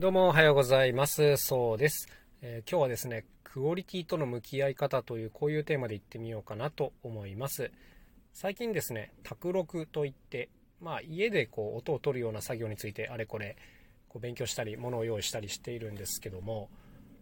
どうもおはようございます。そうです。今日はですね、クオリティとの向き合い方というこういうテーマでいってみようかなと思います。最近ですね、卓録といって、家で音を取るような作業についてあれこれ勉強したり物を用意したりしているんですけども、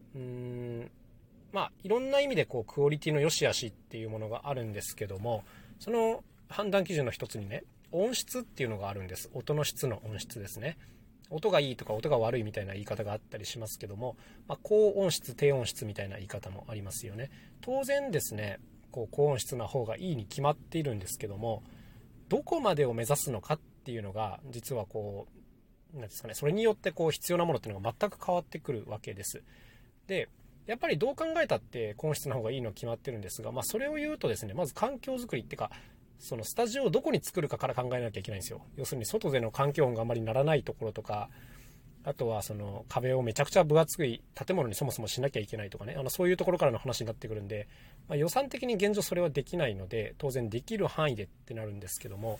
いろんな意味でクオリティの良し悪しっていうものがあるんですけども、その判断基準の一つにね、音質っていうのがあるんです。音の質の音質ですね。音がいいとか音が悪いみたいな言い方があったりしますけども、高音質低音質みたいな言い方もありますよね。当然ですね、高音質な方がいいに決まっているんですけども、どこまでを目指すのかっていうのが実はなんですかね、それによって必要なものっていうのが全く変わってくるわけです。で、やっぱりどう考えたって高音質の方がいいのは決まってるんですが、それを言うとですね、まず環境づくりっていうか、そのスタジオをどこに作るかから考えなきゃいけないんですよ。要するに外での環境音があまりならないところとか、あとはその壁をめちゃくちゃ分厚い建物にそもそもしなきゃいけないとかね、そういうところからの話になってくるんで、予算的に現状それはできないので、当然できる範囲でってなるんですけども、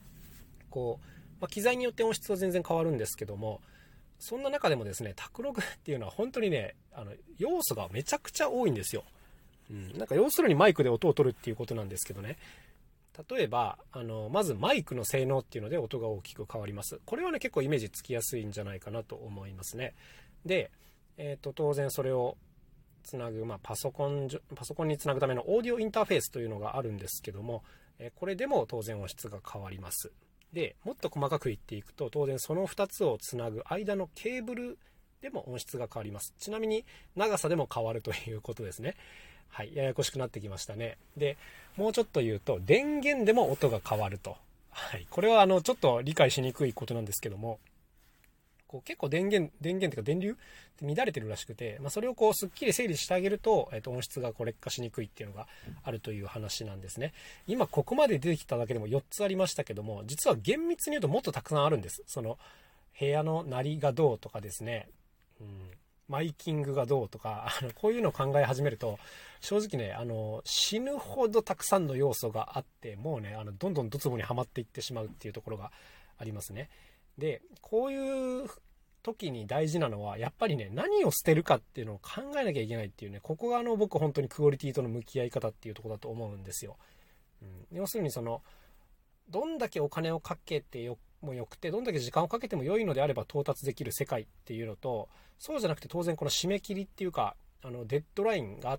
機材によって音質は全然変わるんですけども、そんな中でもですね、卓録っていうのは本当にね、要素がめちゃくちゃ多いんですよ。なんか要するにマイクで音を取るっていうことなんですけどね。例えばまずマイクの性能っていうので音が大きく変わります。これはね結構イメージつきやすいんじゃないかなと思いますね。で、当然それをつなぐ、パソコンにつなぐためのオーディオインターフェースというのがあるんですけども、これでも当然音質が変わります。でもっと細かく言っていくと、当然その2つをつなぐ間のケーブルでも音質が変わります。ちなみに長さでも変わるということですね。はい、ややこしくなってきましたね。で、もうちょっと言うと、電源でも音が変わると。はい、これはちょっと理解しにくいことなんですけども、結構電源というか電流って乱れてるらしくて、それをすっきり整理してあげると、音質が劣化しにくいっていうのがあるという話なんですね。今ここまで出てきただけでも4つありましたけども、実は厳密に言うともっとたくさんあるんです。その部屋の鳴りがどうとかですね、マイキングがどうとか、こういうのを考え始めると、正直ね、死ぬほどたくさんの要素があって、もうね、どんどんドツボにはまっていってしまうっていうところがありますね。で、こういう時に大事なのは、やっぱりね、何を捨てるかっていうのを考えなきゃいけないっていうね、ここが僕本当にクオリティとの向き合い方っていうところだと思うんですよ。要するにどんだけお金をかけてもよくて、どんだけ時間をかけても良いのであれば到達できる世界っていうのと、そうじゃなくて当然この締め切りっていうか、デッドラインがあって、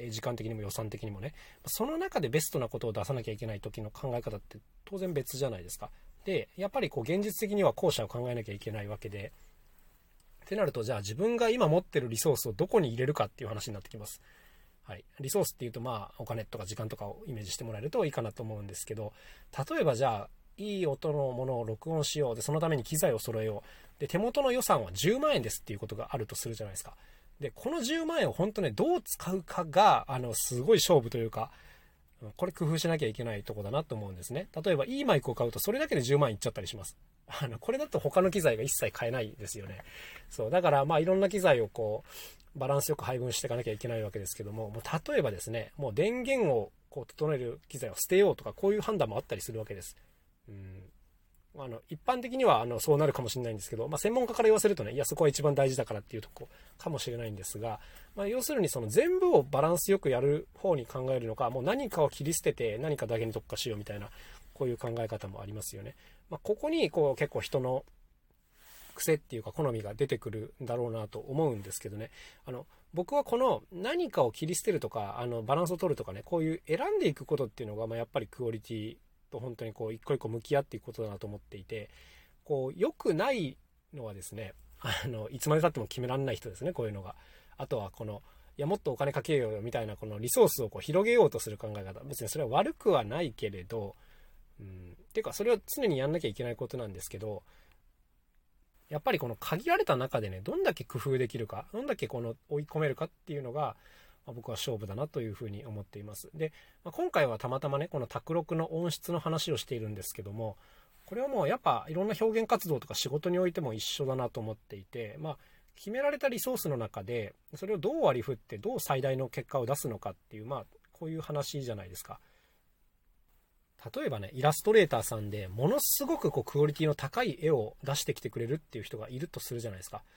時間的にも予算的にもね、その中でベストなことを出さなきゃいけない時の考え方って当然別じゃないですか。で、やっぱり現実的には後者を考えなきゃいけないわけで、ってなると、じゃあ自分が今持ってるリソースをどこに入れるかっていう話になってきます。はい、リソースっていうとお金とか時間とかをイメージしてもらえるといいかなと思うんですけど、例えばじゃあいい音のものを録音しよう、でそのために機材を揃えよう、で手元の予算は10万円ですっていうことがあるとするじゃないですか。でこの10万円を本当ねどう使うかがすごい勝負というか、これ工夫しなきゃいけないとこだなと思うんですね。例えばいいマイクを買うとそれだけで10万円いっちゃったりします。これだと他の機材が一切買えないですよね。そうだからいろんな機材をバランスよく配分していかなきゃいけないわけですけども、例えばですね、もう電源を整える機材を捨てようとか、こういう判断もあったりするわけです。一般的にはそうなるかもしれないんですけど、専門家から言わせるとね、いやそこは一番大事だからっていうとこかもしれないんですが、要するに全部をバランスよくやる方に考えるのか、もう何かを切り捨てて何かだけに特化しようみたいな、こういう考え方もありますよね。ここに結構人の癖っていうか好みが出てくるんだろうなと思うんですけどね。僕はこの何かを切り捨てるとかバランスを取るとかね、こういう選んでいくことっていうのがやっぱりクオリティと本当に一個一個向き合っていくことだなと思っていて、良くないのはですね、いつまでたっても決められない人ですね、こういうのが。あとはいやもっとお金かけようよみたいなこのリソースを広げようとする考え方、別にそれは悪くはないけれど、っていうかそれは常にやんなきゃいけないことなんですけど、やっぱりこの限られた中でね、どんだけ工夫できるか、どんだけ追い込めるかっていうのが、僕は勝負だなというふうに思っています。で、今回はたまたまね、この卓録の音質の話をしているんですけども、これはもうやっぱいろんな表現活動とか仕事においても一緒だなと思っていて、決められたリソースの中で、それをどう割り振ってどう最大の結果を出すのかっていう、こういう話じゃないですか。例えばね、イラストレーターさんでものすごくクオリティの高い絵を出してきてくれるっていう人がいるとするじゃないですか。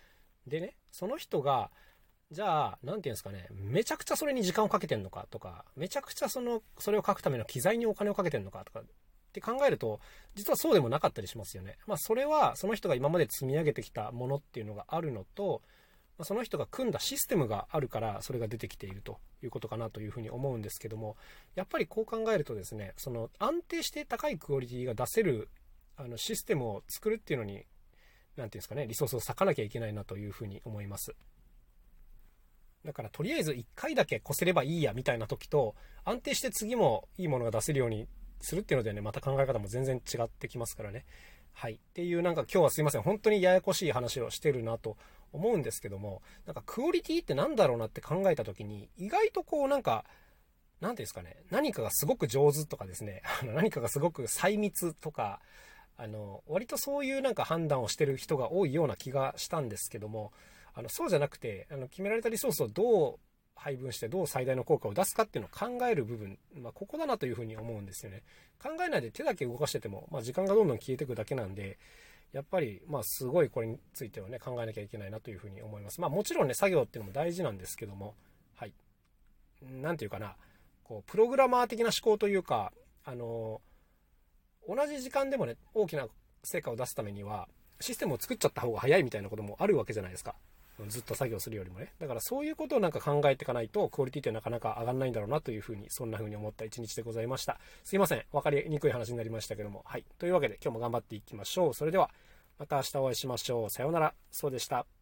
でね、その人が、じゃあ、なんていうんですかね、めちゃくちゃそれに時間をかけてんのかとか、めちゃくちゃそれを書くための機材にお金をかけてんのかとかって考えると、実はそうでもなかったりしますよね。まあそれはその人が今まで積み上げてきたものっていうのがあるのと、その人が組んだシステムがあるからそれが出てきているということかなというふうに思うんですけども、やっぱりこう考えるとですね、その安定して高いクオリティが出せるシステムを作るっていうのに、なんていうんですかね、リソースを割かなきゃいけないなというふうに思います。だからとりあえず1回だけ越せればいいやみたいな時と、安定して次もいいものが出せるようにするっていうのでね、また考え方も全然違ってきますからね。はい。っていう、なんか今日はすいません。本当にややこしい話をしてるなと思うんですけども、なんかクオリティってなんだろうなって考えた時に、意外とこうなんか、なんていうんですかね、何かがすごく上手とかですね、何かがすごく細密とか、割とそういうなんか判断をしてる人が多いような気がしたんですけども、そうじゃなくて、決められたリソースをどう配分してどう最大の効果を出すかっていうのを考える部分、ここだなというふうに思うんですよね。考えないで手だけ動かしてても、時間がどんどん消えていくだけなんで、やっぱり、すごいこれについてはね、考えなきゃいけないなというふうに思います。もちろんね、作業っていうのも大事なんですけども、はい。なんていうかな、こう、プログラマー的な思考というか、同じ時間でもね、大きな成果を出すためには、システムを作っちゃった方が早いみたいなこともあるわけじいですか。ずっと作業するよりもね。だからそういうことをなんか考えていかないと、クオリティってなかなか上がらないんだろうなというふうに、そんなふうに思った一日でございました。すいません。わかりにくい話になりましたけども。はい。というわけで今日も頑張っていきましょう。それでは、また明日お会いしましょう。さようなら。そうでした。